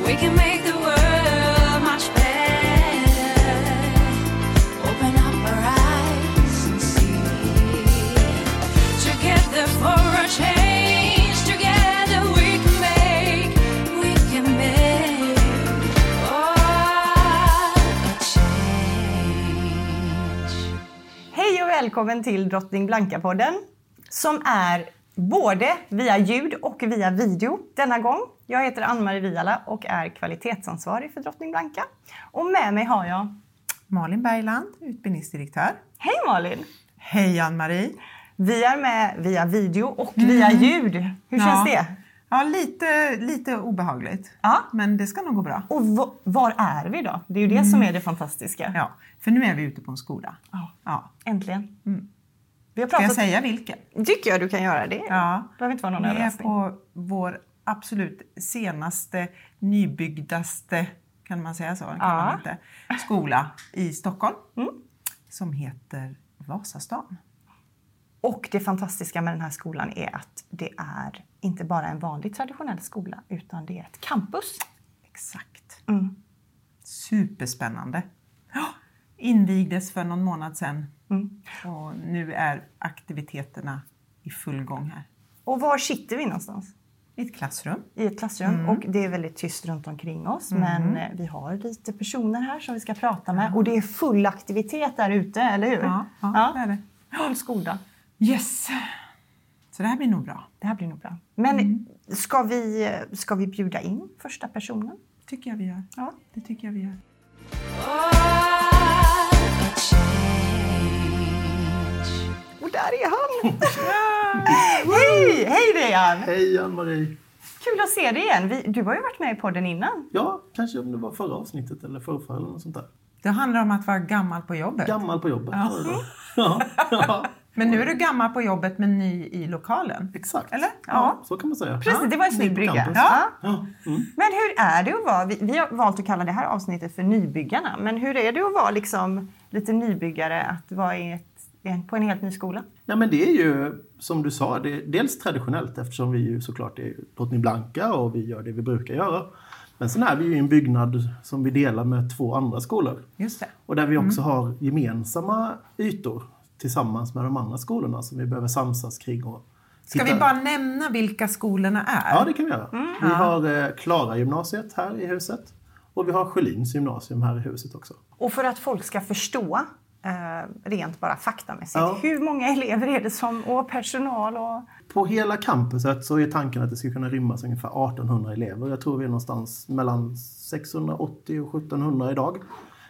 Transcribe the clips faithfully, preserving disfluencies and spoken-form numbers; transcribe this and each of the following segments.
We can make the world much better. Open up our eyes and see. Together for a change. Together we can make, we can make all a change. Hej och välkommen till Drottning Blanka-podden som är både via ljud och via video denna gång. Jag heter Ann-Marie Viala och är kvalitetsansvarig för Drottning Blanka. Och med mig har jag Malin Bergland, utbildningsdirektör. Hej Malin! Hej Ann-Marie! Vi är med via video och mm. via ljud. Hur ja. känns det? Ja, lite, lite obehagligt. Ja. Men det ska nog gå bra. Och v- var är vi då? Det är ju det mm. som är det fantastiska. Ja, för nu är vi ute på en skola. Ja, ja. Äntligen. Mm. Vi har pratat... Ska jag säga vilken? Tycker jag du kan göra det. Ja. Det behöver inte vara någon vi överraskning. Vi är på vår absolut senaste, nybyggdaste, kan man säga så? Kan ja. man inte, skola i Stockholm. Mm. Som heter Vasastan. Och det fantastiska med den här skolan är att det är inte bara en vanlig traditionell skola utan det är ett campus. Exakt. Mm. Superspännande. Invigdes för någon månad sedan. Mm. Och nu är aktiviteterna i full gång här. Och var sitter vi någonstans? I ett klassrum. I ett klassrum. Mm. Och det är väldigt tyst runt omkring oss. Mm. Men vi har lite personer här som vi ska prata med. Och det är full aktivitet där ute, eller hur? Ja, ja, ja. det är det. Full skola. Yes! Så det här blir nog bra. Det här blir nog bra. Men mm. ska, vi, ska vi bjuda in första personen? Tycker jag vi gör. Ja. Det tycker jag vi gör. Och där är han! Hej! Hej Dejan! Hej Ann-Marie! Kul att se dig igen. Vi, du har ju varit med i podden innan. Ja, kanske om det var förra avsnittet eller förra eller något sånt där. Det handlar om att vara gammal på jobbet. Gammal på jobbet. Ja. Ja. Ja. Men nu är du gammal på jobbet men ny i lokalen. Exakt. Eller? Ja, ja, så kan man säga. Precis, ja. det var en snygg brygga. Ja. Ja. Ja. Mm. Men hur är det att vara, vi, vi har valt att kalla det här avsnittet för nybyggarna. Men hur är det att vara liksom lite nybyggare, att vara i ett, på en helt ny skola? Ja, men det är ju, som du sa, det är dels traditionellt eftersom vi ju såklart är Drottning Blanka och vi gör det vi brukar göra. Men sen är vi ju i en byggnad som vi delar med två andra skolor. Just det. Och där vi också mm. har gemensamma ytor tillsammans med de andra skolorna som vi behöver samsas kring. Och Ska vi bara nämna vilka skolorna är? Ja, det kan vi göra. Mm. Vi har eh, Klara gymnasiet här i huset. Och vi har Sjölins gymnasium här i huset också. Och för att folk ska förstå, eh, rent bara faktamässigt, ja. hur många elever är det som, och personal? Och... På hela campuset så är tanken att det ska kunna rymmas ungefär artonhundra elever. Jag tror vi är någonstans mellan sexhundraåttio och sjuttonhundra idag.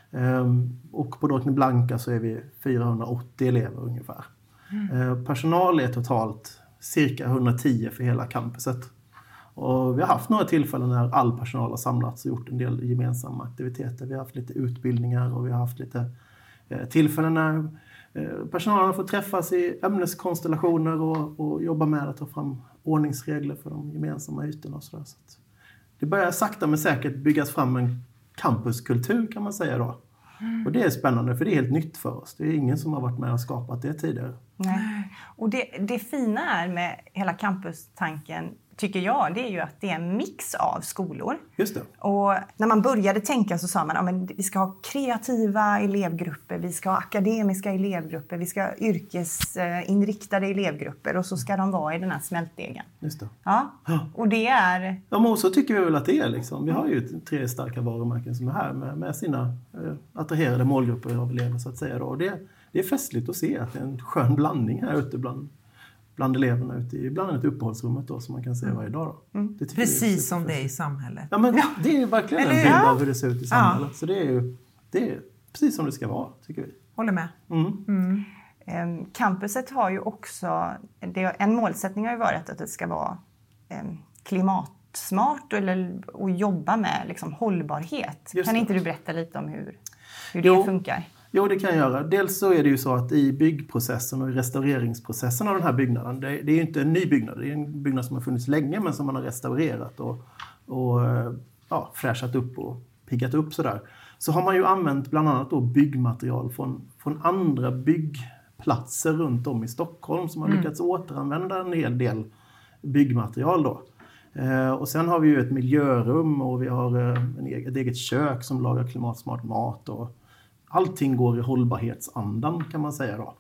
Um, och på Drottning Blanka så är vi fyrahundraåttio elever ungefär. Mm. Uh, personal är totalt cirka hundratio för hela campuset. Och vi har haft några tillfällen när all personal har samlats och gjort en del gemensamma aktiviteter. Vi har haft lite utbildningar och vi har haft lite uh, tillfällen när uh, personalen får träffas i ämneskonstellationer och, och jobba med att ta fram ordningsregler för de gemensamma ytorna och sådär. Så att det börjar sakta men säkert byggas fram en campuskultur kan man säga då. Mm. Och det är spännande för det är helt nytt för oss. Det är ingen som har varit med och skapat det tidigare. Nej. Och det, det fina är med hela campustanken, tycker jag, det är ju att det är en mix av skolor. Just det. Och när man började tänka så sa man att ja, vi ska ha kreativa elevgrupper, vi ska ha akademiska elevgrupper, vi ska ha yrkesinriktade elevgrupper och så ska de vara i den här smältdegen. Just det. Ja, och det är... Ja, men så tycker vi väl att det är liksom. Vi har ju tre starka varumärken som är här med, med sina eh, attraherade målgrupper av elever så att säga. Då. Och det, det är festligt att se att det är en skön blandning här ute bland... bland eleverna ute i bland annat uppehållsrummet då, som man kan se varje dag. Då. Mm. Det precis som det är i samhället. Ja, men det är verkligen Eller en bild ja. av hur det ser ut i samhället. Ja. Så det är ju det är precis som det ska vara, tycker vi. Håller med. Mm. Mm. Um, campuset har ju också, det, en målsättning har ju varit att det ska vara um, klimatsmart eller att jobba med liksom, hållbarhet. Just kan det. inte du berätta lite om hur, hur det Jo. funkar? Jo, det kan jag göra. Dels så är det ju så att i byggprocessen och i restaureringsprocessen av den här byggnaden, det, det är ju inte en ny byggnad, det är en byggnad som har funnits länge men som man har restaurerat och, och ja, fräschat upp och piggat upp sådär. Så har man ju använt bland annat då byggmaterial från, från andra byggplatser runt om i Stockholm som har lyckats mm. återanvända en hel del byggmaterial då. Eh, och sen har vi ju ett miljörum och vi har eh, en egen, ett eget kök som lagar klimatsmart mat. Och allting går i hållbarhetsandan kan man säga då.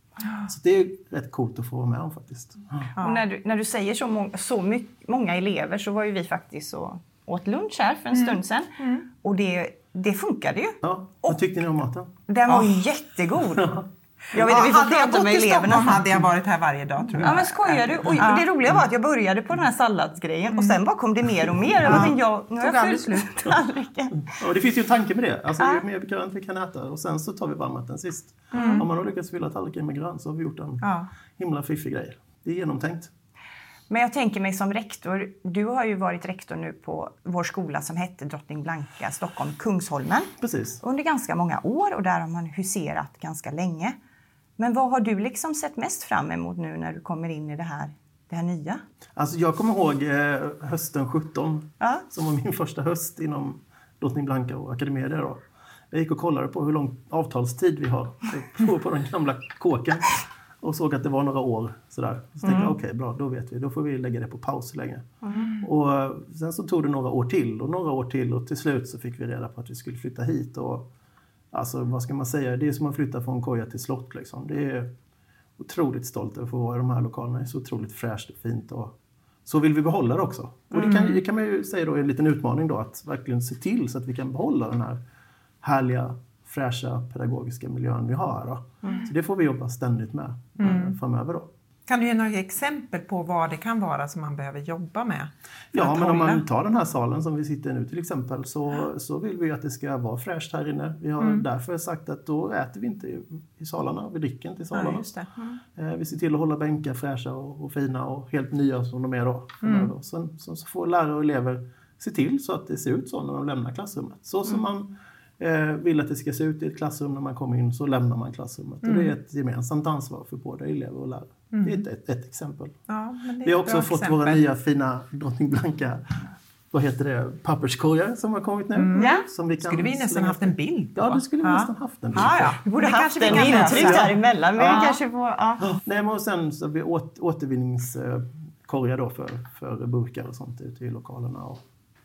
Så det är rätt coolt att få vara med om faktiskt. Och när du, när du säger så, må, så mycket, många elever så var ju vi faktiskt så åt lunch här för en Mm. stund sedan. Mm. Och det, det funkade ju. Ja, vad tyckte ni om maten? Den var Oh. jättegod. Jag vet, Ja, vi får hade jag prata bott med i eleverna. Stockholm hade jag varit här varje dag tror jag. Ja men skojar du? Och Ja. det roliga var att jag började på den här salladsgrejen och sen bara kom det mer och mer. Och jag tänkte, jag, nu har Tog jag aldrig fyllt tallriken. Och det finns ju en tanke med det. Alltså Ja. ju mer grönt vi kan äta och sen så tar vi varmrätten sist. Om man har lyckats fylla tallriken med grönt så har vi gjort en Ja. himla fiffig grej. Det är genomtänkt. Men jag tänker mig som rektor, du har ju varit rektor nu på vår skola som hette Drottning Blanka, Stockholm, Kungsholmen. Precis. Under ganska många år och där har man huserat ganska länge. Men vad har du liksom sett mest fram emot nu när du kommer in i det här, det här nya? Alltså jag kommer ihåg eh, hösten sjutton Ja. som var min första höst inom Drottning Blanka och Academedia då. Jag gick och kollade på hur lång avtalstid vi har på, på den gamla kåken och såg att det var några år sådär. Så tänkte jag okej okay, bra, då vet vi, då får vi lägga det på paus länge. Mm. Och eh, sen så tog det några år till och några år till och till slut så fick vi reda på att vi skulle flytta hit och alltså vad ska man säga, det är som att flytta från koja till slott liksom. Det är otroligt stolt över att få vara i de här lokalerna, det är så otroligt fräscht och fint och så vill vi behålla det också. Och det kan, det kan man ju säga då är en liten utmaning då att verkligen se till så att vi kan behålla den här härliga, fräscha pedagogiska miljön vi har här då. Mm. Så det får vi jobba ständigt med mm. framöver då. Kan du ge några exempel på vad det kan vara som man behöver jobba med? Ja, men om man tar den här salen som vi sitter i nu till exempel så, så vill vi att det ska vara fräscht här inne. Vi har mm. därför sagt att då äter vi inte i, i salarna, vi dricker inte i salarna. Ja, just det. Mm. Eh, vi ser till att hålla bänkar fräscha och, och fina och helt nya som de är då. Mm. Sen så, så får lärare och elever se till så att det ser ut så när de lämnar klassrummet. Så som mm. man eh, vill att det ska se ut i ett klassrum när man kommer in så lämnar man klassrummet. Mm. Och det är ett gemensamt ansvar för både elever och lärare. Mm. Det är ett, ett, ett exempel. Ja, men det är vi har också fått exempel. våra nya fina Drottning Blanka, vad heter det, papperskorgar som har kommit nu. Mm. Ja. Som vi kan skulle vi nästan slänga. haft en bild på. Ja, det skulle vi ja. nästan haft en bild ja, ja. Vi borde det haft vi en kan intryck lösa. däremellan. Men Ja. vi kanske får, ja. Nej, men och sen så har vi åt, återvinningskorgar då för, för burkar och sånt ute i lokalerna. Och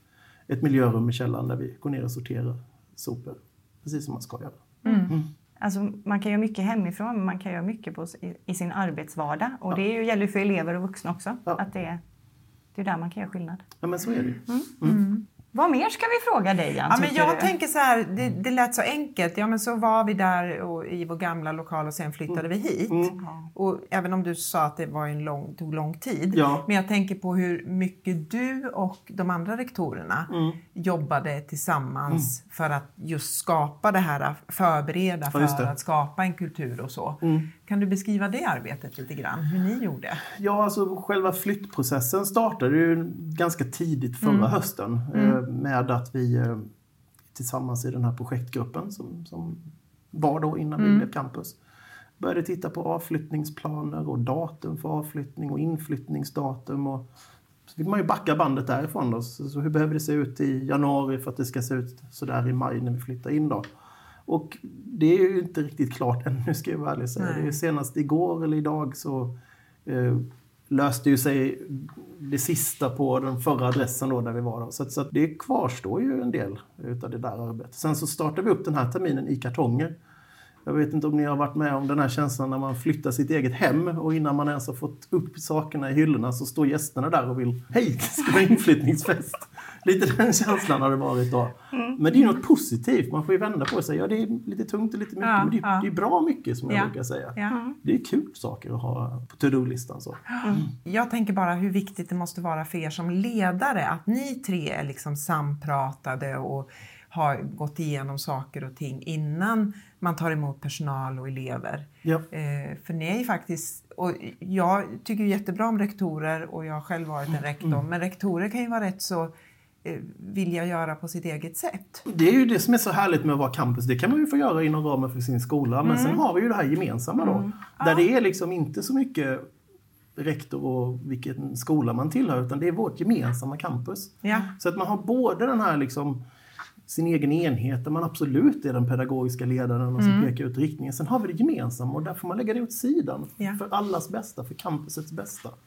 ett miljörum i källaren där vi går ner och sorterar sopor. Precis som man ska göra. Mm. Mm. Alltså, man kan göra mycket hemifrån, men man kan göra mycket på, i, i sin arbetsvardag. Och ja. det är ju, gäller för elever och vuxna också. Ja. Att det, är, det är där man kan göra skillnad. Ja, men så är det ju. Mm. Mm. Vad mer ska vi fråga dig, Jan? Ja, men jag du? tänker så här, det, det lät så enkelt. Ja, men så var vi där och, i vår gamla lokal och sen flyttade mm. vi hit. Mm. Och även om du sa att det var en lång, tog lång tid. Ja. Men jag tänker på hur mycket du och de andra rektorerna mm. jobbade tillsammans mm. för att just skapa det här, förbereda för ja, att skapa en kultur och så. Mm. Kan du beskriva det arbetet lite grann, hur ni gjorde? Ja, alltså själva flyttprocessen startade ju ganska tidigt förra mm. hösten. Mm. Med att vi tillsammans i den här projektgruppen som, som var då innan mm. vi blev campus började titta på avflyttningsplaner och datum för avflyttning och inflyttningsdatum. Och så fick man ju backa bandet därifrån då. Så, så hur behöver det se ut i januari för att det ska se ut så där i maj när vi flyttar in då. Och det är ju inte riktigt klart ännu, ska jag vara ärlig säga. Det är senast igår eller idag så eh, löste ju sig det sista på den förra adressen då där vi var. Då. Så, så att det kvarstår ju en del utav det där arbetet. Sen så startade vi upp den här terminen i kartonger. Jag vet inte om ni har varit med om den här känslan när man flyttar sitt eget hem och innan man ens har fått upp sakerna i hyllorna så står gästerna där och vill hej, ska vi ha inflyttningsfest? Lite den känslan har det varit då. Mm. Men det är ju något positivt. Man får ju vända på sig. Ja, det är lite tungt och lite mycket. Ja, men det är, ja. det är bra mycket som jag ja. brukar säga. Ja. Det är kul saker att ha på to-do-listan. Så. Mm. Jag tänker bara hur viktigt det måste vara för er som ledare. Att ni tre är liksom sampratade och har gått igenom saker och ting innan man tar emot personal och elever. Ja. Eh, för ni är ju faktiskt, och jag tycker ju jättebra om rektorer och jag har själv varit en rektor. Mm. Men rektorer kan ju vara rätt så vill jag göra på sitt eget sätt. Det är ju det som är så härligt med att vara campus. Det kan man ju få göra inom ramen för sin skola. Men mm. sen har vi ju det här gemensamma då. Mm. Där ah. det är liksom inte så mycket rektor och vilken skola man tillhör. Utan det är vårt gemensamma campus. Ja. Så att man har både den här liksom sin egen enhet där man absolut är den pedagogiska ledaren och som mm. pekar ut riktningen. Sen har vi det gemensamma och där får man lägga det åt sidan. Ja. För allas bästa, för campusets bästa.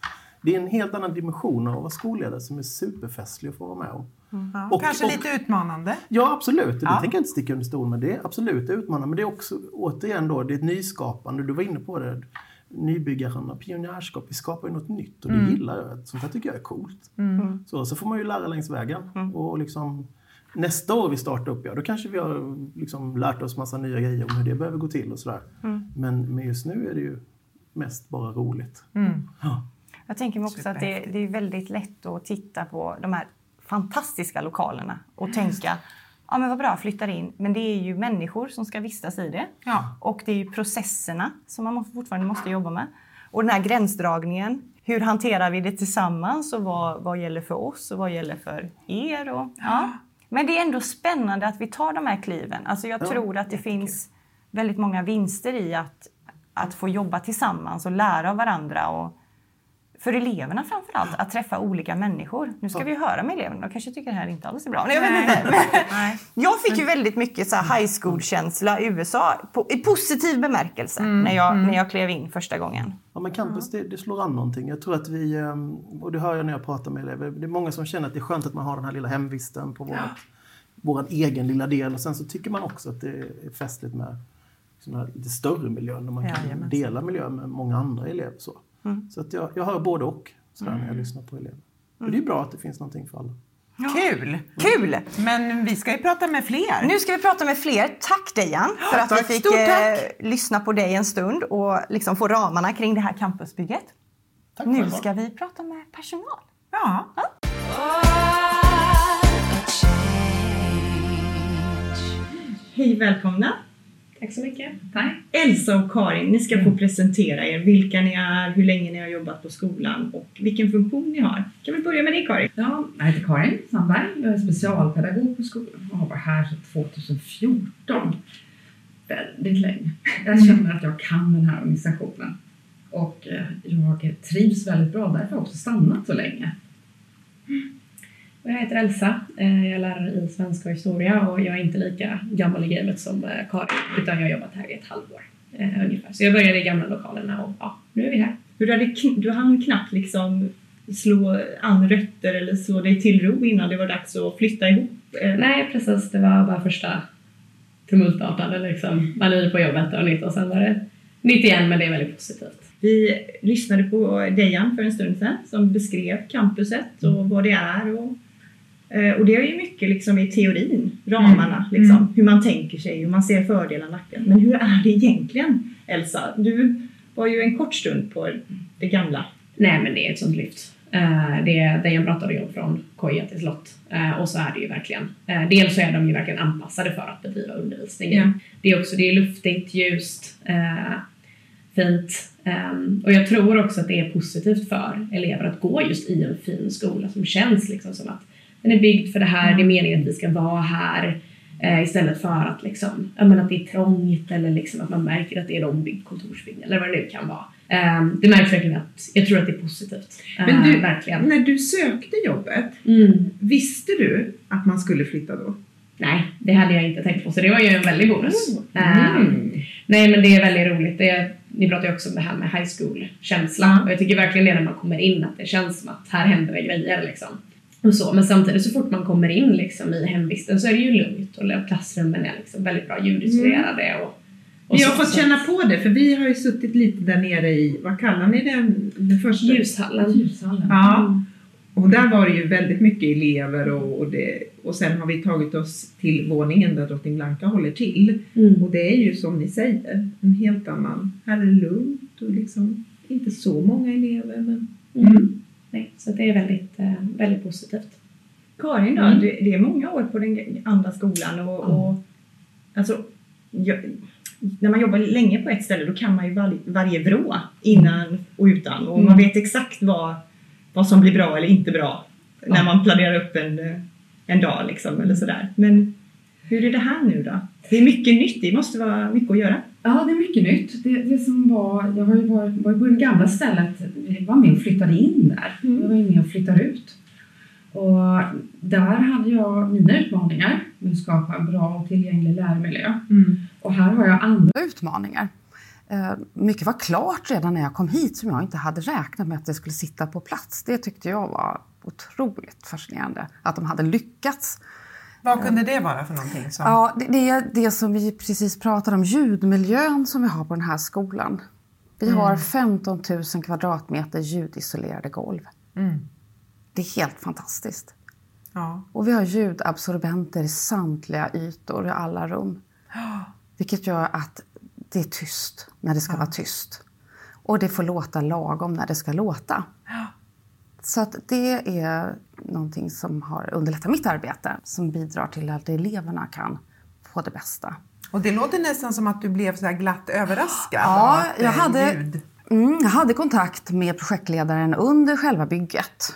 det är en helt annan dimension av att vara skolledare som är superfestlig att få vara med om. Mm. Ja, och, kanske och, lite utmanande. Ja, absolut. Det ja. tänker jag inte sticka under stol med. Det är absolut utmanande. Men det är också, återigen då, det är ett nyskapande. Du var inne på det. Nybyggarna, pionjärskap. Vi skapar ju något nytt och det Mm. gillar jag. Sånt här tycker jag är coolt. Mm. Så, så får man ju lära längs vägen. Mm. Och liksom, nästa år vi startar upp, ja, då kanske vi har liksom lärt oss massa nya grejer om hur det behöver gå till och sådär. Mm. Men, men just nu är det ju mest bara roligt. Mm. Ja. Jag tänker mig också att det, det är väldigt lätt att titta på de här fantastiska lokalerna och tänka, ja men vad bra, flyttar in. Men det är ju människor som ska vistas i det. Ja. Och det är ju processerna som man fortfarande måste jobba med. Och den här gränsdragningen, hur hanterar vi det tillsammans och vad, vad gäller för oss och vad gäller för er. Och, ja. Men det är ändå spännande att vi tar de här kliven. Alltså jag Ja. tror att det finns väldigt många vinster i att, att få jobba tillsammans och lära av varandra. Och för eleverna framförallt, att träffa olika människor. Nu ska ja. vi höra med eleverna, de kanske tycker det här inte alls är bra. Nej, jag vet inte. Men jag fick ju väldigt mycket så här high school-känsla i U S A på, i positiv bemärkelse mm. när, jag, mm. när jag klev in första gången. Ja, men campus, det, det slår an någonting. Jag tror att vi, och det hör jag när jag pratar med elever, det är många som känner att det är skönt att man har den här lilla hemvisten på vårt, ja. vår egen lilla del. Och sen så tycker man också att det är festligt med sån här lite större miljö när man kan ja, dela miljö med många andra elever. Så, mm. så att jag, jag hör både och sådär mm. när jag lyssnar på elever. Och det är bra att det finns någonting för alla. Ja. Kul! Kul! Men vi ska ju prata med fler. Nu ska vi prata med fler. Tack Dejan för att tack. vi fick eh, lyssna på dig en stund och liksom få ramarna kring det här campusbygget. Tack nu ska vi prata med personal. Ja. ja. Hej, välkomna. Tack så mycket. Tack. Elsa och Karin, ni ska få presentera er. Vilka ni är, hur länge ni har jobbat på skolan och vilken funktion ni har. Kan vi börja med dig Karin? Ja, jag heter Karin Sandberg. Jag är specialpedagog på skolan och har varit här sedan tjugohundrafjorton. Väldigt länge. Jag känner att jag kan den här organisationen. Och jag trivs väldigt bra. Därför har jag också stannat så länge. Jag heter Elsa, jag är lärare i svenska och historia och jag är inte lika gammal i gamet som Karin utan jag har jobbat här i ett halvår eh, ungefär. Så jag började i gamla lokalerna och ja, nu är vi här. Hur hade kn- du hann knappt liksom slå an rötter eller slå dig till ro innan det var dags att flytta ihop? Eh. Nej precis, det var bara första tumultartade liksom. Man är på jobbet och nytt och sen var det nytt igen men det är väldigt positivt. Vi lyssnade på Dejan för en stund sedan som beskrev campuset och vad det är och Och det är ju mycket liksom i teorin, ramarna, mm. liksom, mm. hur man tänker sig, hur man ser fördelar och nackdelar. Men hur är det egentligen, Elsa? Du var ju en kort stund på det gamla. Nej, men det är ett sånt lyft. Uh, det är den jag pratade om från koja till slott. Uh, och så är det ju verkligen. Uh, dels så är de ju verkligen anpassade för att bedriva undervisning. Mm. Det är också det är luftigt, ljust, uh, fint. Um, och jag tror också att det är positivt för elever att gå just i en fin skola som känns liksom som att den är byggd för det här, det är meningen att vi ska vara här eh, istället för att, liksom, jag menar, att det är trångt eller liksom att man märker att det är en ombyggd kontorsbyggnad eller vad det nu kan vara. Eh, det märks verkligen att jag tror att det är positivt. Eh, Men du, verkligen. När du sökte jobbet, mm. visste du att man skulle flytta då? Nej, det hade jag inte tänkt på så det var ju en väldig bonus. Mm. Eh, nej men det är väldigt roligt. Det är, ni pratar ju också om det här med high school-känslan mm. och jag tycker verkligen det när man kommer in att det känns som att här händer det grejer liksom. Och så, men samtidigt så fort man kommer in liksom i hemvisten så är det ju lugnt och klassrummen är liksom väldigt bra ljudisolerade. Mm. Och, och vi har så, fått så. känna på det för vi har ju suttit lite där nere i, vad kallar ni den, den första? Ljushallen. Ljushallen. Ja, och där var det ju väldigt mycket elever och, och, det, och sen har vi tagit oss till våningen där Drottning Blanka håller till. Mm. Och det är ju som ni säger, en helt annan, här är det lugnt och liksom inte så många elever men... Mm. Mm. Nej, så det är väldigt, väldigt positivt. Karin då, mm. det, det är många år på den andra skolan och, mm. och alltså, jag, när man jobbar länge på ett ställe då kan man ju var, varje vrå innan och utan och mm. man vet exakt vad, vad som blir bra eller inte bra mm. när man planerar upp en, en dag liksom eller sådär. Men hur är det här nu då? Det är mycket nytt, det måste vara mycket att göra. Ja, det är mycket nytt. Det, det som var, jag har ju varit, varit på det gamla stället, jag var med och flyttade in där. Mm. Jag var med och flyttade ut. Och där hade jag mina utmaningar med att skapa en bra och tillgänglig lärmiljö. Mm. Och här har jag andra utmaningar. Eh, mycket var klart redan när jag kom hit som jag inte hade räknat med att det skulle sitta på plats. Det tyckte jag var otroligt fascinerande. Att de hade lyckats. Vad kunde det vara för någonting? Som... Ja, det, det är det som vi precis pratade om. Ljudmiljön som vi har på den här skolan. Vi mm. har femton tusen kvadratmeter ljudisolerade golv. Mm. Det är helt fantastiskt. Ja. Och vi har ljudabsorbenter i samtliga ytor i alla rum. Vilket gör att det är tyst när det ska ja. vara tyst. Och det får låta lagom när det ska låta. Ja. Så att det är någonting som har underlättat mitt arbete. Som bidrar till att eleverna kan få det bästa. Och det låter nästan som att du blev så här glatt överraskad. Ja, av jag hade, mm, jag hade kontakt med projektledaren under själva bygget.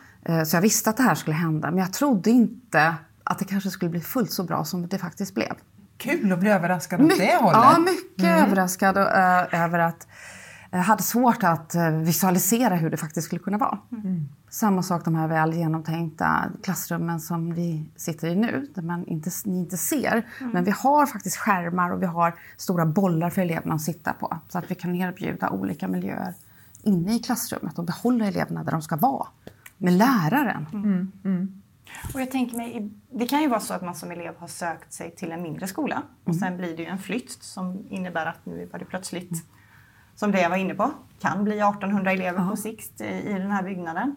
Så jag visste att det här skulle hända. Men jag trodde inte att det kanske skulle bli fullt så bra som det faktiskt blev. Kul att bli överraskad åt det hållet. Ja, mycket mm. överraskad och, uh, över att jag uh, hade svårt att uh, visualisera hur det faktiskt skulle kunna vara. Mm. Samma sak de här väl genomtänkta klassrummen som vi sitter i nu. Där man inte, ni inte ser. Mm. Men vi har faktiskt skärmar och vi har stora bollar för eleverna att sitta på. Så att vi kan erbjuda olika miljöer inne i klassrummet och behålla eleverna där de ska vara. Med läraren. Mm. Mm. Och jag tänker mig, det kan ju vara så att man som elev har sökt sig till en mindre skola. Och mm. sen blir det ju en flytt som innebär att nu var det plötsligt, mm. som det jag var inne på, kan bli artonhundra elever ja. på sikt i, i den här byggnaden.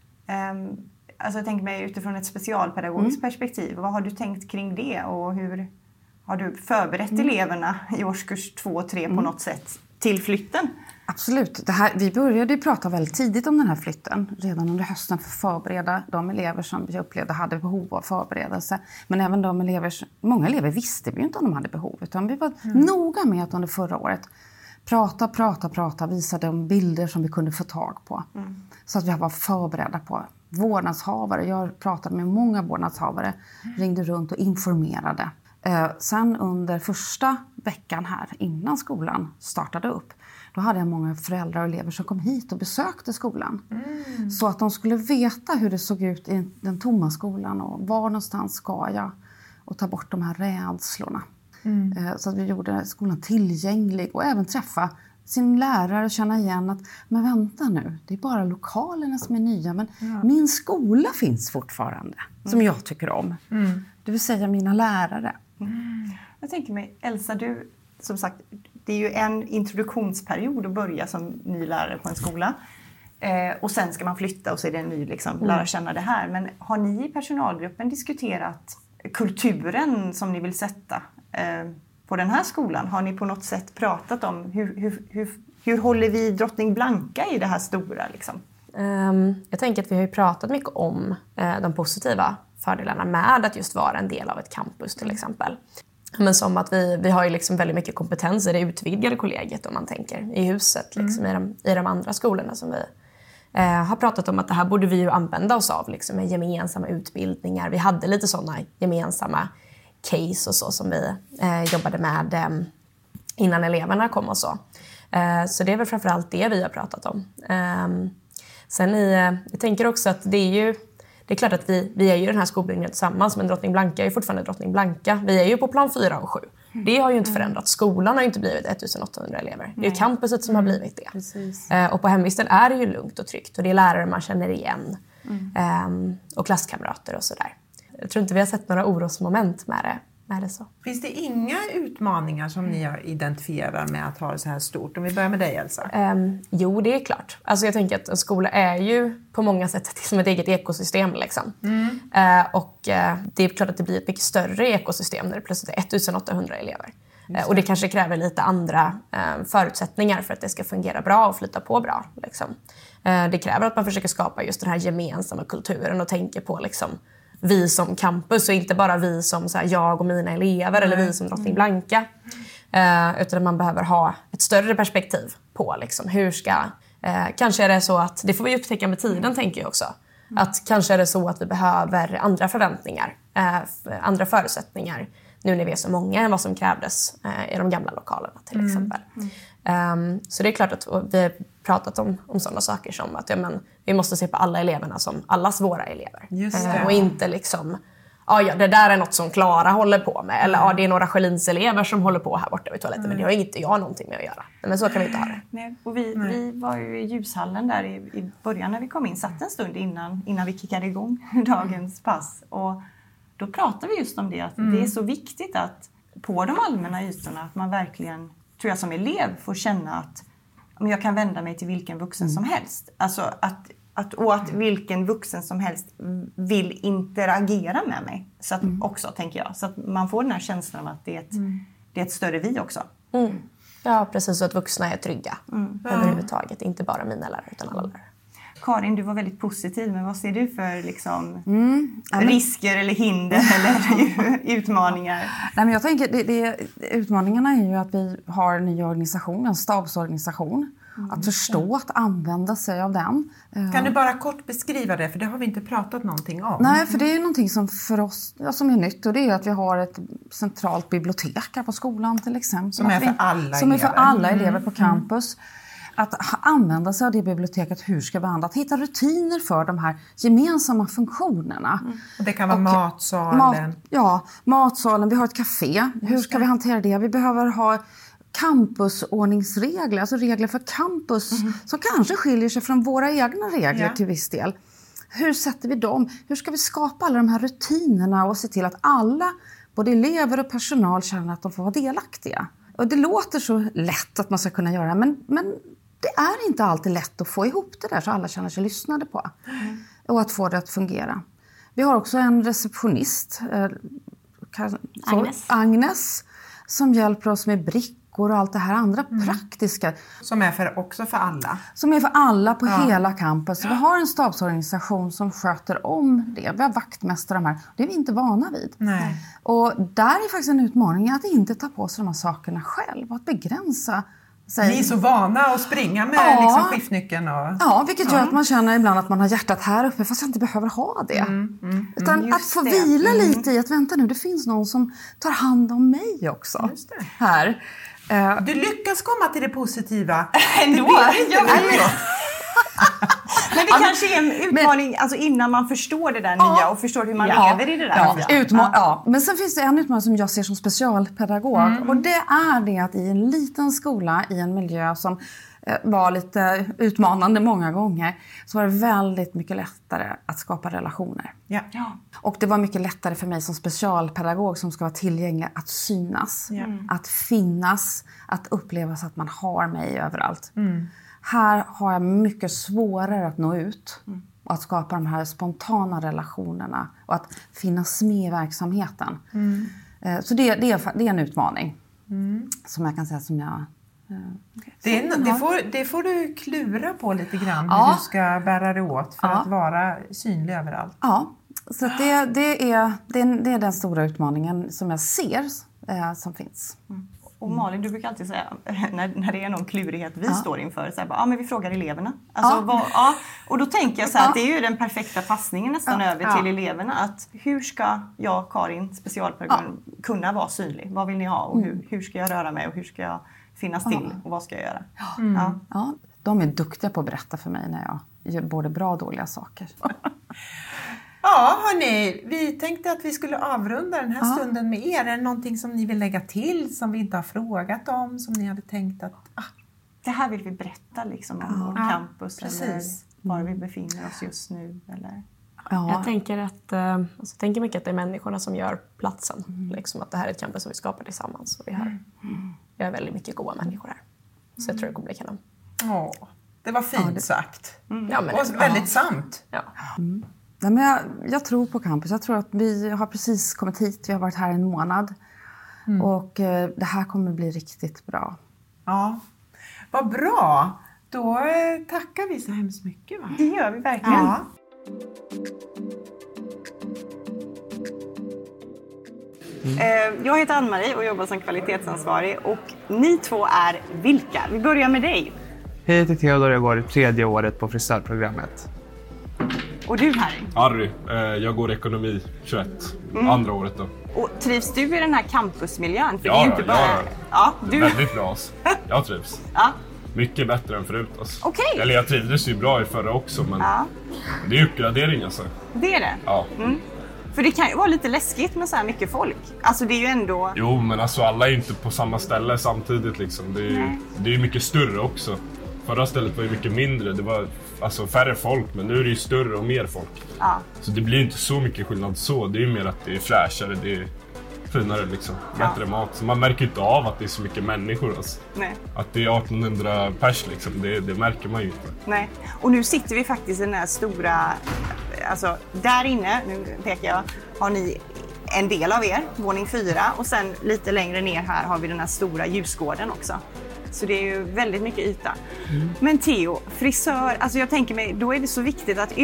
Um, alltså jag tänker mig utifrån ett specialpedagogiskt mm. perspektiv. Vad har du tänkt kring det och hur har du förberett mm. eleverna i årskurs två och tre mm. på något sätt till flytten? Absolut. Det här, vi började prata väldigt tidigt om den här flytten. Redan under hösten för att förbereda de elever som vi upplevde hade behov av förberedelse. Men även de elever, många elever visste vi ju inte om de hade behov. Utan vi var mm. noga med att under förra året prata, prata, prata. Visa de bilder som vi kunde få tag på. Mm. Så att vi var förberedda på vårdnadshavare. Jag pratade med många vårdnadshavare. Mm. Ringde runt och informerade. Eh, sen under första veckan här innan skolan startade upp. Då hade jag många föräldrar och elever som kom hit och besökte skolan. Mm. Så att de skulle veta hur det såg ut i den tomma skolan. Och var någonstans ska jag. Och ta bort de här rädslorna. Mm. Så att vi gjorde skolan tillgänglig. Och även träffa sin lärare och känna igen att men vänta nu. Det är bara lokalerna som är nya. Men ja. min skola finns fortfarande. Mm. Som jag tycker om. Mm. Det vill säga mina lärare. Mm. Jag tänker mig, Elsa, du som sagt... Det är ju en introduktionsperiod att börja som ny lärare på en skola. Eh, och sen ska man flytta och så är det en ny liksom, mm. lära känna det här. Men har ni i personalgruppen diskuterat kulturen som ni vill sätta eh, på den här skolan? Har ni på något sätt pratat om hur, hur, hur, hur håller vi Drottning Blanka i det här stora? Liksom? Um, jag tänker att vi har ju pratat mycket om uh, de positiva fördelarna med att just vara en del av ett campus till exempel. Men som att vi, vi har ju liksom väldigt mycket kompetens i det utvidgade kollegiet om man tänker i huset liksom, mm. i, de, i de andra skolorna som vi eh, har pratat om att det här borde vi ju använda oss av liksom, med gemensamma utbildningar. Vi hade lite sådana gemensamma case och så som vi eh, jobbade med eh, innan eleverna kom och så. Eh, så det är väl framförallt det vi har pratat om. Eh, sen i, jag tänker också att det är ju Det är klart att vi, vi är ju den här skolbyggnaden tillsammans, men Drottning Blanka är ju fortfarande Drottning Blanka. Vi är ju på plan fyra och sju. Det har ju inte förändrats. Skolan har ju inte blivit ettusenåttahundra elever. Det är ju campuset som har blivit det. Precis. Och på hemvisten är det ju lugnt och tryggt. Och det är lärare man känner igen. Mm. Och klasskamrater och sådär. Jag tror inte vi har sett några orosmoment med det. Med det så. Finns det inga utmaningar som ni har identifierat med att ha det så här stort? Om vi börjar med dig, Elsa. Um, jo, det är klart. Alltså jag tänker att en skola är ju på många sätt som ett eget ekosystem. Liksom. Mm. Uh, och uh, det är klart att det blir ett mycket större ekosystem när det plötsligt är ettusenåttahundra elever. Uh, och det kanske kräver lite andra uh, förutsättningar för att det ska fungera bra och flyta på bra. Liksom. Uh, det kräver att man försöker skapa just den här gemensamma kulturen och tänker på liksom, vi som campus och inte bara vi som så här, jag och mina elever eller vi som Drottning Blanka. Uh, utan man behöver ha ett större perspektiv på liksom, hur ska... Uh, kanske är det så att, det får vi upptäcka med tiden mm. tänker jag också. Mm. Att kanske är det så att vi behöver andra förväntningar, uh, andra förutsättningar. Nu när vi är så många än vad som krävdes uh, i de gamla lokalerna till mm. exempel. Mm. Um, så det är klart att vi har pratat om, om sådana saker som att ja, men, vi måste se på alla eleverna som allas våra elever. Just det. Uh, och inte liksom ja, ja, det där är något som Klara håller på med. Eller ja, det är några Schelins-elever som håller på här borta vid toaletten. Men det har inte jag någonting med att göra. Men så kan vi inte ha det. Nej. Och vi, vi var ju i ljushallen där i, i början när vi kom in. Satt en stund innan, innan vi kickade igång dagens pass. Och då pratade vi just om det. Att mm. det är så viktigt att på de allmänna ytorna att man verkligen, tror jag som elev, får känna att om jag kan vända mig till vilken vuxen mm. som helst. Alltså att, att, och att vilken vuxen som helst vill interagera med mig. Så att mm. också, tänker jag. Så att man får den här känslan av att det är ett, mm. det är ett större vi också. Mm. Ja, precis. Så att vuxna är trygga mm. överhuvudtaget. Inte bara mina lärare utan alla lärare. Karin, du var väldigt positiv, men vad ser du för liksom, mm. risker eller hinder eller utmaningar? Nej, men jag tänker, det, det, utmaningarna är ju att vi har en ny organisation, en stabsorganisation. Mm. Att förstå, att använda sig av den. Kan du bara kort beskriva det? För det har vi inte pratat någonting om. Nej, för det är någonting som för oss ja, som är nytt. Och det är att vi har ett centralt bibliotek här på skolan till exempel. Som är för alla som elever. Som är för alla elever på campus. Mm. Att använda sig av det biblioteket, hur ska vi använda? Att hitta rutiner för de här gemensamma funktionerna. Mm. Och det kan vara och, matsalen. Mat, ja, matsalen. Vi har ett café. Hur ska vi hantera det? Vi behöver ha campusordningsregler, alltså regler för campus mm. som kanske skiljer sig från våra egna regler ja. till viss del. Hur sätter vi dem? Hur ska vi skapa alla de här rutinerna och se till att alla, både elever och personal, känner att de får vara delaktiga? Och det låter så lätt att man ska kunna göra, men, men det är inte alltid lätt att få ihop det där så alla känner sig lyssnade på. Mm. Och att få det att fungera. Vi har också en receptionist, eh, Agnes. Agnes, som hjälper oss med brickor och allt det här andra mm. praktiska. Som är för, också för alla. Som är för alla på ja. hela campus. Vi har en stabsorganisation som sköter om det. Vi har vaktmästare de här. Det är vi inte vana vid. Nej. Och där är faktiskt en utmaning att inte ta på sig de här sakerna själv. Och att begränsa sig. Ni är så vana att springa med ja. liksom skiftnyckeln. Och... Ja, vilket gör ja. att man känner ibland att man har hjärtat här uppe fast jag inte behöver ha det. Mm, mm, Utan mm, att få det. vila mm. lite i att vänta nu, det finns någon som tar hand om mig också. Just det. Här. Du lyckas komma till det positiva. Ändå. Men det kanske är en utmaning men, alltså innan man förstår det där ja, nya och förstår hur man ja, lever i det där. Ja, utma- ja. Men sen finns det en utmaning som jag ser som specialpedagog. Mm. Och det är det att i en liten skola, i en miljö som eh, var lite utmanande många gånger, så var det väldigt mycket lättare att skapa relationer. Ja. Ja. Och det var mycket lättare för mig som specialpedagog som ska vara tillgänglig att synas, mm. att finnas, att upplevas att man har mig överallt. Mm. Här har jag mycket svårare att nå ut mm. och att skapa de här spontana relationerna och att finnas med i verksamheten. Mm. Så det, det, är, det är en utmaning mm. som jag kan säga som jag... Okay. Det, är, det, får, det får du klura på lite grann ja. hur du ska bära det åt för ja. att vara synlig överallt. Ja, så att det, det, är, det, är, det är den stora utmaningen som jag ser eh, som finns. Mm. Och Malin, du brukar alltid säga, när, när det är någon klurighet vi ja. står inför, så här, bara, ja men vi frågar eleverna. Alltså, ja. Vad, ja, och då tänker jag så här, ja. att det är ju den perfekta passningen nästan ja. över ja. till eleverna. Att hur ska jag, Karin, specialpedagog, ja. kunna vara synlig? Vad vill ni ha? Och hur, hur ska jag röra mig? Och hur ska jag finnas till? Ja. Och vad ska jag göra? Mm. Ja. Ja, de är duktiga på att berätta för mig när jag gör både bra och dåliga saker. Ja, hörni, vi tänkte att vi skulle avrunda den här ja. stunden med er. Är det någonting som ni vill lägga till som vi inte har frågat om, som ni hade tänkt att... Ah. Det här vill vi berätta liksom om ja. vår campus ja, eller var vi befinner oss just nu. Eller... Ja. Jag tänker att alltså, jag tänker mycket att det är människorna som gör platsen. Mm. Liksom att det här är ett campus som vi skapar tillsammans. Och vi, har, mm. vi har väldigt mycket goda människor här. Så mm. jag tror det kommer bli kanon. Åh, det var fint ja, det... sagt. Mm. Ja, men och det... väldigt sant. Ja. Mm. Nej, men jag, jag tror på campus. Jag tror att vi har precis kommit hit. Vi har varit här en månad. Mm. Och eh, det här kommer bli riktigt bra. Ja, vad bra. Då eh, tackar vi så hemskt mycket. Va? Det gör vi verkligen. Ja. Mm. Jag heter Ann-Marie och jobbar som kvalitetsansvarig. Och ni två är vilka? Vi börjar med dig. Hej, jag heter Theodor. Jag går i tredje året på frisörprogrammet. Och du, Harry? Harry. Jag går ekonomi tjugoett. Mm. Andra året då. Och trivs du i den här campusmiljön? För ja, det är ju inte bara... ja, ja, du... väldigt bra. Jag trivs. Ja. Mycket bättre än förut. Alltså. Okay. Eller jag trivdes ju bra i förra också, men ja. det är uppgradering alltså. Det är det? Ja. Mm. För det kan ju vara lite läskigt med så här mycket folk. Alltså det är ju ändå... Jo, men alltså alla är ju inte på samma ställe samtidigt liksom. Det är ju det är mycket större också. Förra stället var ju mycket mindre. Det var alltså färre folk, men nu är det ju större och mer folk. Ja. Så det blir ju inte så mycket skillnad så. Det är ju mer att det är fräschare, det är finare liksom. Bättre ja. mat. Så man märker inte av att det är så mycket människor alltså. Nej. Att det är artonhundra pers liksom, det, det märker man ju inte. Nej. Och nu sitter vi faktiskt i den här stora... Alltså där inne, nu pekar jag, har ni en del av er, våning fyra. Och sen lite längre ner här har vi den här stora ljusgården också. Så det är ju väldigt mycket yta. Mm. Men Theo, frisör, alltså jag tänker mig, då är det så viktigt att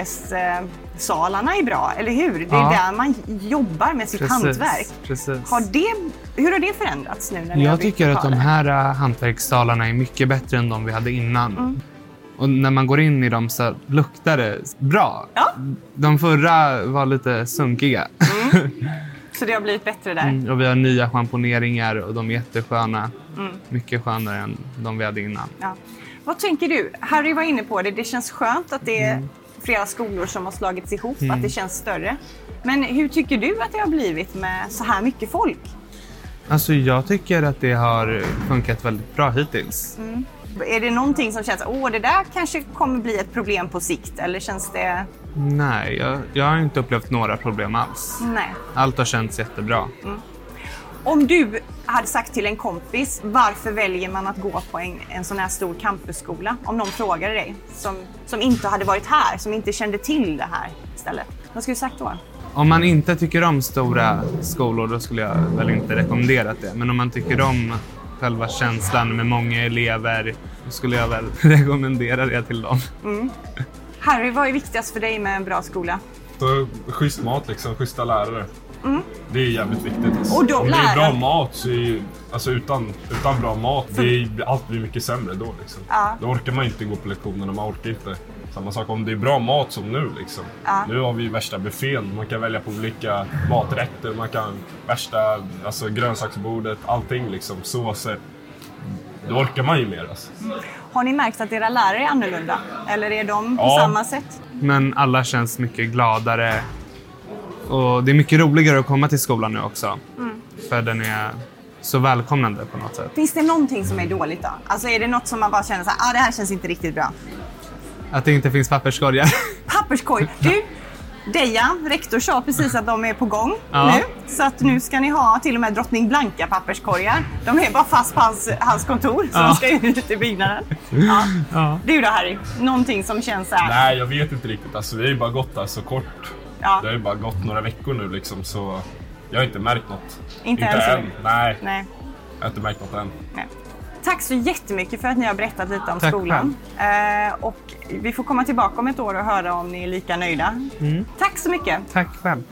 yrkessalarna är bra, eller hur? Det är ja. där man jobbar med sitt precis, hantverk. Precis. Har det, hur har det förändrats nu? När ni jag tycker att de här uh, hantverkssalarna är mycket bättre än de vi hade innan. Mm. Och när man går in i dem så luktar det bra. Ja. De förra var lite sunkiga. Mm. Så det har blivit bättre där. Mm, och vi har nya schamponeringar och de är jättesköna. Mm. Mycket skönare än de vi hade innan. Ja. Vad tänker du? Harry var inne på det. Det känns skönt att det är mm. flera skolor som har slagits ihop. Mm. Att det känns större. Men hur tycker du att det har blivit med så här mycket folk? Alltså jag tycker att det har funkat väldigt bra hittills. Mm. Är det någonting som känns, åh det där kanske kommer bli ett problem på sikt? Eller känns det... Nej, jag, jag har inte upplevt några problem alls. Nej. Allt har känts jättebra. Mm. Om du hade sagt till en kompis, varför väljer man att gå på en, en sån här stor campusskola? Om någon frågade dig, som, som inte hade varit här, som inte kände till det här stället. Vad skulle du sagt då? Om man inte tycker om stora skolor, då skulle jag väl inte rekommendera det. Men om man tycker om själva känslan med många elever, då skulle jag väl rekommendera det till dem. Mm. Harry, vad är viktigast för dig med en bra skola? Så, schysst mat liksom, schyssta lärare. Mm. Det är jävligt viktigt. Alltså. Och de om det är lärare... bra mat så är ju, alltså utan, utan bra mat, för... det är, allt blir mycket sämre då liksom. Ja. Då orkar man inte gå på lektionerna, man orkar inte. Samma sak om det är bra mat som nu liksom. Ja. Nu har vi värsta buffén, man kan välja på olika maträtter, man kan värsta alltså, grönsaksbordet, allting liksom, såser. Då orkar man ju mer alltså. Har ni märkt att era lärare är annorlunda? Eller är de på ja. samma sätt? Men alla känns mycket gladare. Och det är mycket roligare att komma till skolan nu också. Mm. För den är så välkomnande på något sätt. Finns det någonting som är dåligt då? Alltså är det något som man bara känner så här, ah, det här känns inte riktigt bra? Att det inte finns papperskorgar. Papperskorg? Du, Deja, rektor sa precis att de är på gång ja. nu. Så att nu ska ni ha till och med Drottning Blanka papperskorgar. De är bara fast på hans, hans kontor, så ja. de ska ut i byggnaden. Ja. Ja. Du då Harry, någonting som känns så här? Nej, jag vet inte riktigt. Alltså, vi har ju bara gått där så kort. Ja. Det har ju bara gått några veckor nu liksom, så jag har inte märkt något. Inte, inte än? Nej. Nej. Jag har inte märkt något än. Nej. Tack så jättemycket för att ni har berättat lite om Tack skolan. Eh, och vi får komma tillbaka om ett år och höra om ni är lika nöjda. Mm. Tack så mycket. Tack själv.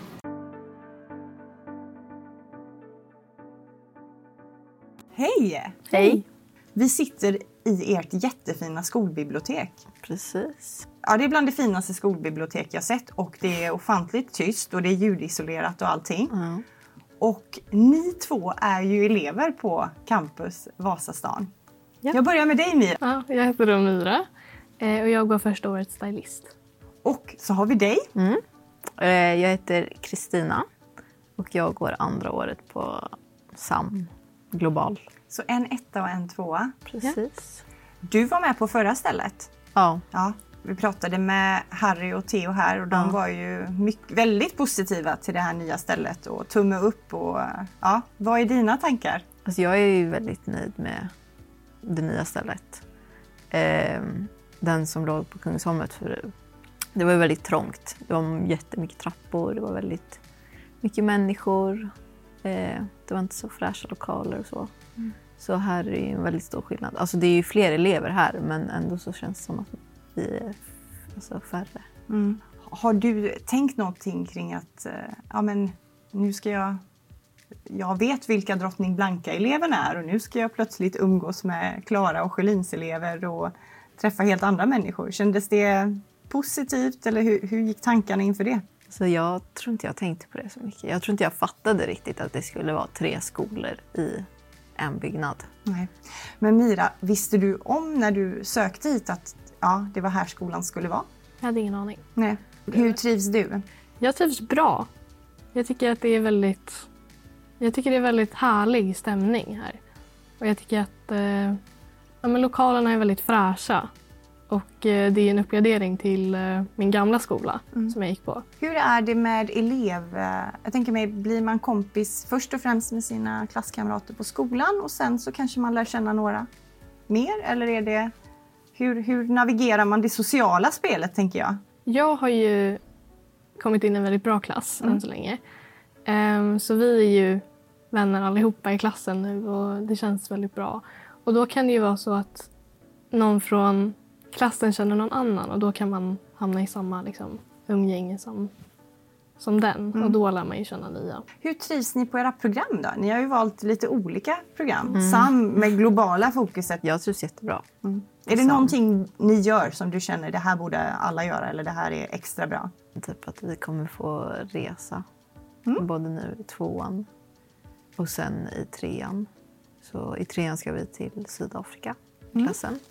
Hej! Hej! Vi sitter i ert jättefina skolbibliotek. Precis. Ja, det är bland det finaste skolbibliotek jag sett. Och det är ofantligt tyst och det är ljudisolerat och allting. Mm. Och ni två är ju elever på campus Vasastan. Ja. Jag börjar med dig Mira. Ja, jag heter då Mira och jag går första året stylist. Och så har vi dig. Mm. Jag heter Kristina och jag går andra året på S A M Global. Så en etta och en tvåa. Precis. Du var med på förra stället. Ja. Ja. Vi pratade med Harry och Theo här och de ja. var ju mycket, väldigt positiva till det här nya stället och tumme upp. Och, ja, vad är dina tankar? Alltså jag är ju väldigt nöjd med det nya stället. Eh, den som låg på Kungsholmet förut. Det var ju väldigt trångt. Det var jättemycket trappor, det var väldigt mycket människor. Eh, det var inte så fräscha lokaler och så. Mm. Så här är ju en väldigt stor skillnad. Alltså det är ju fler elever här men ändå så känns det som att vi är alltså färre. Mm. Har du tänkt någonting kring att ja, men nu ska jag, jag vet vilka Drottning Blanka-eleverna är och nu ska jag plötsligt umgås med Klara och Sjölins elever och träffa helt andra människor. Kändes det positivt eller hur, hur gick tankarna inför det? Så jag tror inte jag tänkte på det så mycket. Jag tror inte jag fattade riktigt att det skulle vara tre skolor i en byggnad. Nej. Men Mira, visste du om när du sökte hit att ja, det var här skolan skulle vara? Jag hade ingen aning. Nej. Hur trivs du? Jag trivs bra. Jag tycker att det är väldigt, jag tycker det är väldigt härlig stämning här. Och jag tycker att eh, ja, men lokalerna är väldigt fräscha. Och eh, det är en uppgradering till eh, min gamla skola mm. som jag gick på. Hur är det med elev? Jag tänker mig, blir man kompis först och främst med sina klasskamrater på skolan och sen så kanske man lär känna några mer? Eller är det, hur, hur navigerar man det sociala spelet, tänker jag? Jag har ju kommit in i en väldigt bra klass mm. än så länge. Um, så vi är ju vänner allihopa i klassen nu och det känns väldigt bra. Och då kan det ju vara så att någon från klassen känner någon annan och då kan man hamna i samma liksom, umgänge som, som den. Mm. Och då lär man ju känna nya. Hur trivs ni på era program då? Ni har ju valt lite olika program. Mm. Sam med globala fokuset. Jag trivs jättebra. Mm. Är det någonting ni gör som du känner det här borde alla göra eller det här är extra bra? Typ att vi kommer få resa. Mm. Både nu i tvåan och sen i trean. Så i trean ska vi till Sydafrika, klassen. Mm.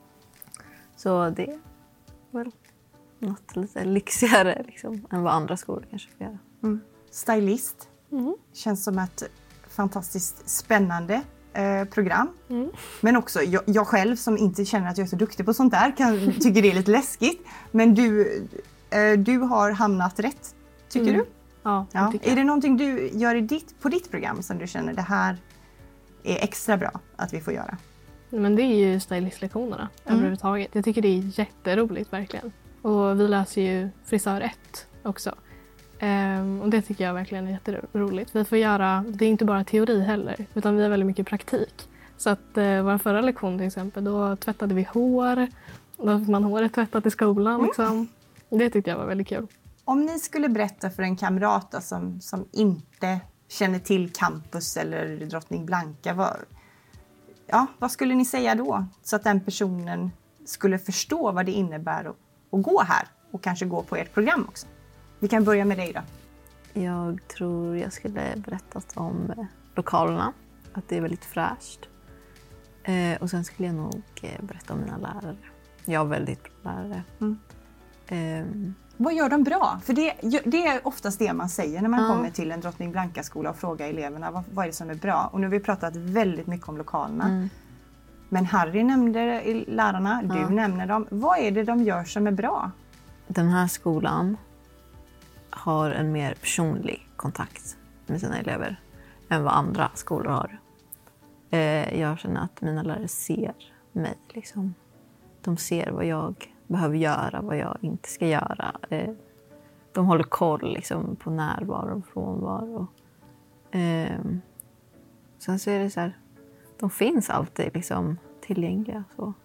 Så det är väl något lite lyxigare liksom, än vad andra skolor kanske får göra. Mm. Stylist. Mm. Känns som ett fantastiskt spännande eh, program. Mm. Men också jag, jag själv som inte känner att jag är så duktig på sånt där kan, tycker det är lite läskigt. Men du, eh, du har hamnat rätt, tycker mm. du? Ja, ja. tycker jag. Är det någonting du gör i ditt, på ditt program som du känner det här är extra bra att vi får göra? Men det är ju stylistlektionerna mm. överhuvudtaget. Jag tycker det är jätteroligt verkligen. Och vi läser ju frisör ett också. Ehm, och det tycker jag verkligen är jätteroligt. Vi får göra, det är inte bara teori heller, utan vi har väldigt mycket praktik. Så att eh, vår förra lektion till exempel, då tvättade vi hår. Då fick man håret tvättat i skolan mm. liksom. Det tyckte jag var väldigt kul. Om ni skulle berätta för en kamrat då, som, som inte känner till campus eller Drottning Blanka, vad, ja, vad skulle ni säga då? Så att den personen skulle förstå vad det innebär att, att gå här och kanske gå på ert program också. Vi kan börja med dig då. Jag tror jag skulle berättat om eh, lokalerna, att det är väldigt fräscht. Eh, och sen skulle jag nog eh, berätta om mina lärare. Jag har väldigt bra lärare. Mm. Eh, Vad gör de bra? För det, det är oftast det man säger när man ja. kommer till en Drottning Blanka-skola och frågar eleverna vad, vad är det som är bra. Och nu har vi pratat väldigt mycket om lokalerna. Mm. Men Harry nämnde lärarna, du ja. nämner dem. Vad är det de gör som är bra? Den här skolan har en mer personlig kontakt med sina elever än vad andra skolor har. Eh, jag känner att mina lärare ser mig. Liksom. De ser vad jag behöver göra, vad jag inte ska göra. Eh, de håller koll liksom, på närvaro och frånvaro. Eh, sen så är det så här, de finns alltid liksom, tillgängliga. Så.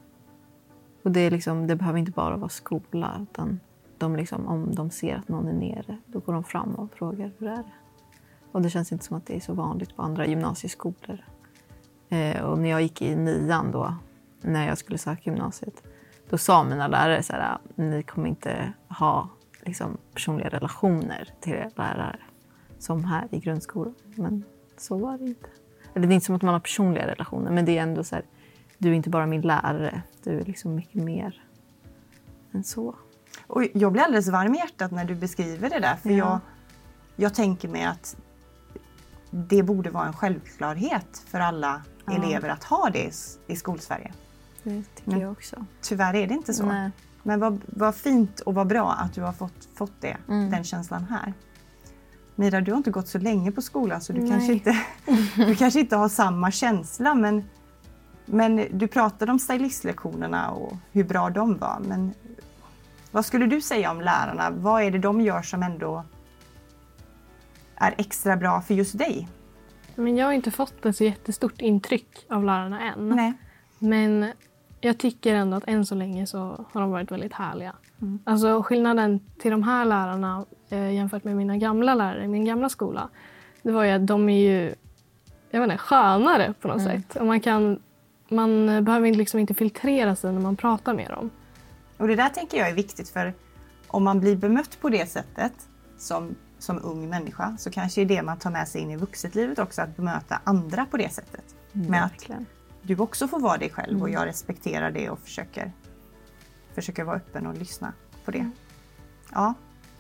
Och det, är liksom, det behöver inte bara vara skola, utan de liksom, om de ser att någon är nere, då går de fram och frågar hur är det. Och det känns inte som att det är så vanligt på andra gymnasieskolor. Eh, och när jag gick i nian då, när jag skulle söka gymnasiet, då sa mina lärare så här, ni kommer inte ha liksom, personliga relationer till er lärare som här i grundskolan. Men så var det inte. Eller det är inte som att man har personliga relationer, men det är ändå så här, du är inte bara min lärare, du är liksom mycket mer än så. Och jag blir alldeles varm i hjärtat när du beskriver det där, för ja. jag, jag tänker mig att det borde vara en självklarhet för alla ja. elever att ha det i Skolsverige. Det tycker Men jag också. Tyvärr är det inte så. Nej. Men vad, vad fint och vad bra att du har fått, fått det, mm. den känslan här. Mira, du har inte gått så länge på skolan så du, kanske inte, du kanske inte har samma känsla. Men, men du pratade om stylistlektionerna och hur bra de var. Men vad skulle du säga om lärarna? Vad är det de gör som ändå är extra bra för just dig? Men jag har inte fått ett så jättestort intryck av lärarna än. Nej. Men jag tycker ändå att än så länge så har de varit väldigt härliga. Mm. Alltså skillnaden till de här lärarna eh, jämfört med mina gamla lärare i min gamla skola, det var ju att de är ju, jag vet inte, skönare på något mm. sätt. Och man kan, man behöver liksom inte filtrera sig när man pratar med dem. Och det där tänker jag är viktigt, för om man blir bemött på det sättet som, som ung människa, så kanske är det man tar med sig in i vuxenlivet också, att bemöta andra på det sättet. Mm, med verkligen. Att du också får vara dig själv, mm. och jag respekterar det och försöker, försöker vara öppen och lyssna på det. Mm. Ja,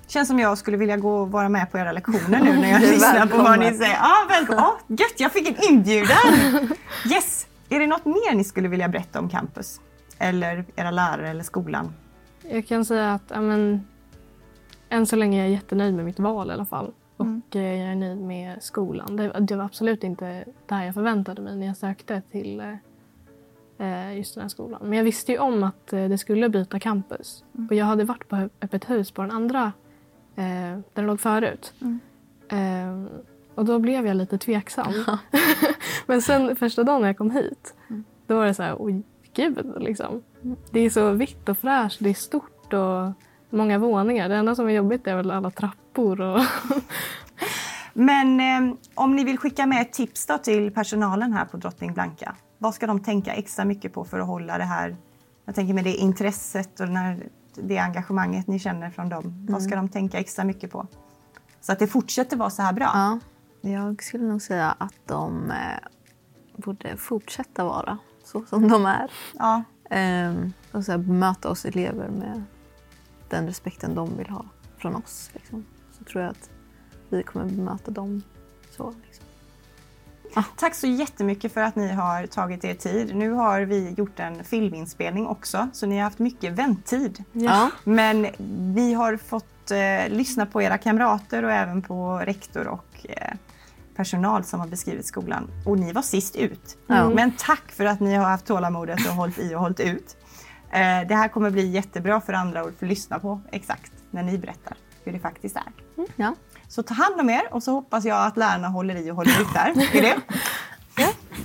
Känns som jag skulle vilja gå och vara med på era lektioner nu när jag lyssnar på vad ni säger. Ja, välkommen. Ah, gött, jag fick en inbjudan. Yes. Är det något mer ni skulle vilja berätta om campus? Eller era lärare eller skolan? Jag kan säga att ja, men, än så länge är jag jättenöjd med mitt val i alla fall. Mm. Och jag är nöjd med skolan. Det, det var absolut inte det här jag förväntade mig när jag sökte till eh, just den här skolan. Men jag visste ju om att eh, det skulle byta campus. Mm. Och jag hade varit på öppet hus på den andra, eh, där den låg förut. Mm. Eh, och då blev jag lite tveksam. Ja. Men sen första dagen när jag kom hit, mm. då var det så här, oj gud liksom. Mm. Det är så vitt och fräscht, det är stort och många våningar. Det enda som är jobbigt är väl alla trappor. Och Men eh, om ni vill skicka med ett tips då till personalen här på Drottning Blanka. Vad ska de tänka extra mycket på för att hålla det här, jag tänker med det intresset och när, det engagemanget ni känner från dem. Mm. Vad ska de tänka extra mycket på? Så att det fortsätter vara så här bra. Ja, jag skulle nog säga att de eh, borde fortsätta vara så som de är. Ja. Ehm, och så här, bemöta oss elever med den respekten de vill ha från oss. Liksom. Så tror jag att vi kommer bemöta dem så. Liksom. Ah. Tack så jättemycket för att ni har tagit er tid. Nu har vi gjort en filminspelning också, så ni har haft mycket vänttid. Ja. Men vi har fått eh, lyssna på era kamrater och även på rektor och eh, personal som har beskrivit skolan. Och ni var sist ut. Mm. Men tack för att ni har haft tålamodet och hållit i och hållit ut. Eh, det här kommer bli jättebra för andra att få lyssna på exakt när ni berättar hur det faktiskt är. Mm. Ja. Så ta hand om er och så hoppas jag att lärarna håller i och håller ut där. Är det? Ja.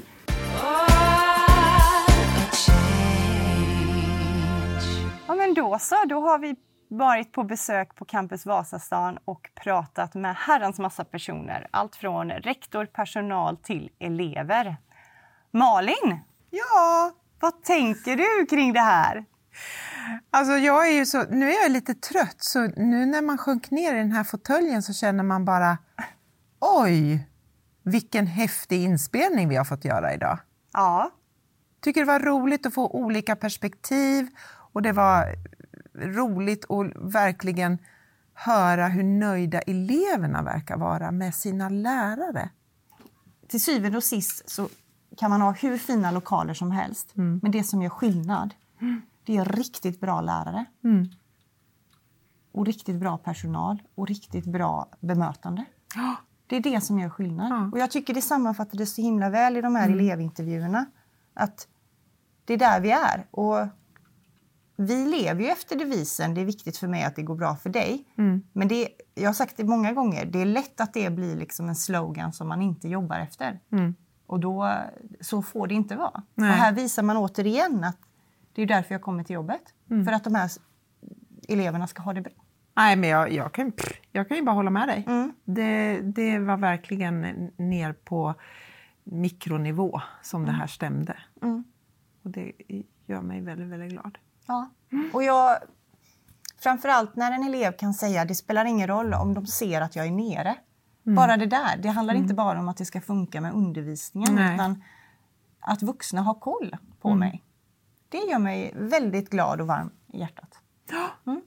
Ja men då så, då har vi varit på besök på Campus Vasastan och pratat med herrans massa personer. Allt från rektor, personal till elever. Malin, Ja, vad tänker du kring det här? alltså jag är ju så, nu är jag lite trött så nu när man sjönk ner i den här fåtöljen så känner man bara oj, vilken häftig inspelning vi har fått göra idag. Ja. Tycker det var roligt att få olika perspektiv och det var roligt att verkligen höra hur nöjda eleverna verkar vara med sina lärare. Till syvende och sist så kan man ha hur fina lokaler som helst. Mm. Men det som gör skillnad, mm. det är riktigt bra lärare. Mm. Och riktigt bra personal. Och riktigt bra bemötande. Oh. Det är det som gör skillnad. Oh. Och jag tycker det sammanfattade så himla väl i de här mm. elevintervjuerna. Att det är där vi är. Och vi lever ju efter devisen, det är viktigt för mig att det går bra för dig. Mm. Men det, jag har sagt det många gånger, det är lätt att det blir liksom en slogan som man inte jobbar efter. Mm. Och då, så får det inte vara. Nej. Och här visar man återigen att det är därför jag kommer till jobbet. Mm. För att de här eleverna ska ha det bra. Nej, men jag, jag, kan, jag kan ju bara hålla med dig. Mm. Det, det var verkligen ner på mikronivå som mm. det här stämde. Mm. Och det gör mig väldigt, väldigt glad. Ja, och jag, framförallt när en elev kan säga det spelar ingen roll om de ser att jag är nere. Mm. Bara det där, det handlar mm. inte bara om att det ska funka med undervisningen. Nej. Utan att vuxna har koll på mm. mig. Det gör mig väldigt glad och varm i hjärtat. Mm.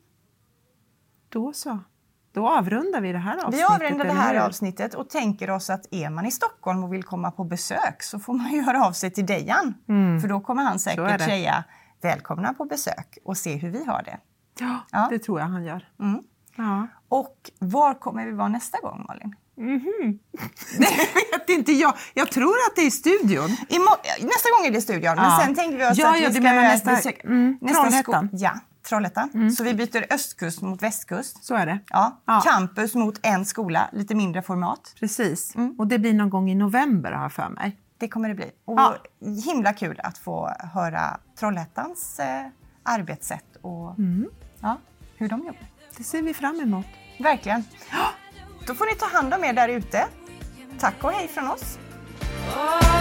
Då så. Då avrundar vi det här avsnittet. Vi avrundar det här avsnittet och tänker oss att är man i Stockholm och vill komma på besök så får man göra av sig till Dejan. Mm. För då kommer han säkert säga välkomna på besök och se hur vi har det. Ja, ja. Det tror jag han gör. Mm. Ja. Och var kommer vi vara nästa gång, Malin? Mm-hmm. Det vet inte jag. Jag tror att det är i studion. I må- nästa gång är det i studion. Ja. Men sen tänker vi oss ja, att ja, vi ska göra nästa, besök. Mm, nästa Trollhättan. Sko- ja, Trollhättan. Mm. Så vi byter östkust mot västkust. Så är det. Ja. Ja. Campus mot en skola, lite mindre format. Precis. Mm. Och det blir någon gång i november har jag för mig. Det kommer det bli. Och ja. Himla kul att få höra Trollhättans eh, arbetssätt och mm. ja, hur de jobbar. Det ser vi fram emot. Verkligen. Då får ni ta hand om er där ute. Tack och hej från oss.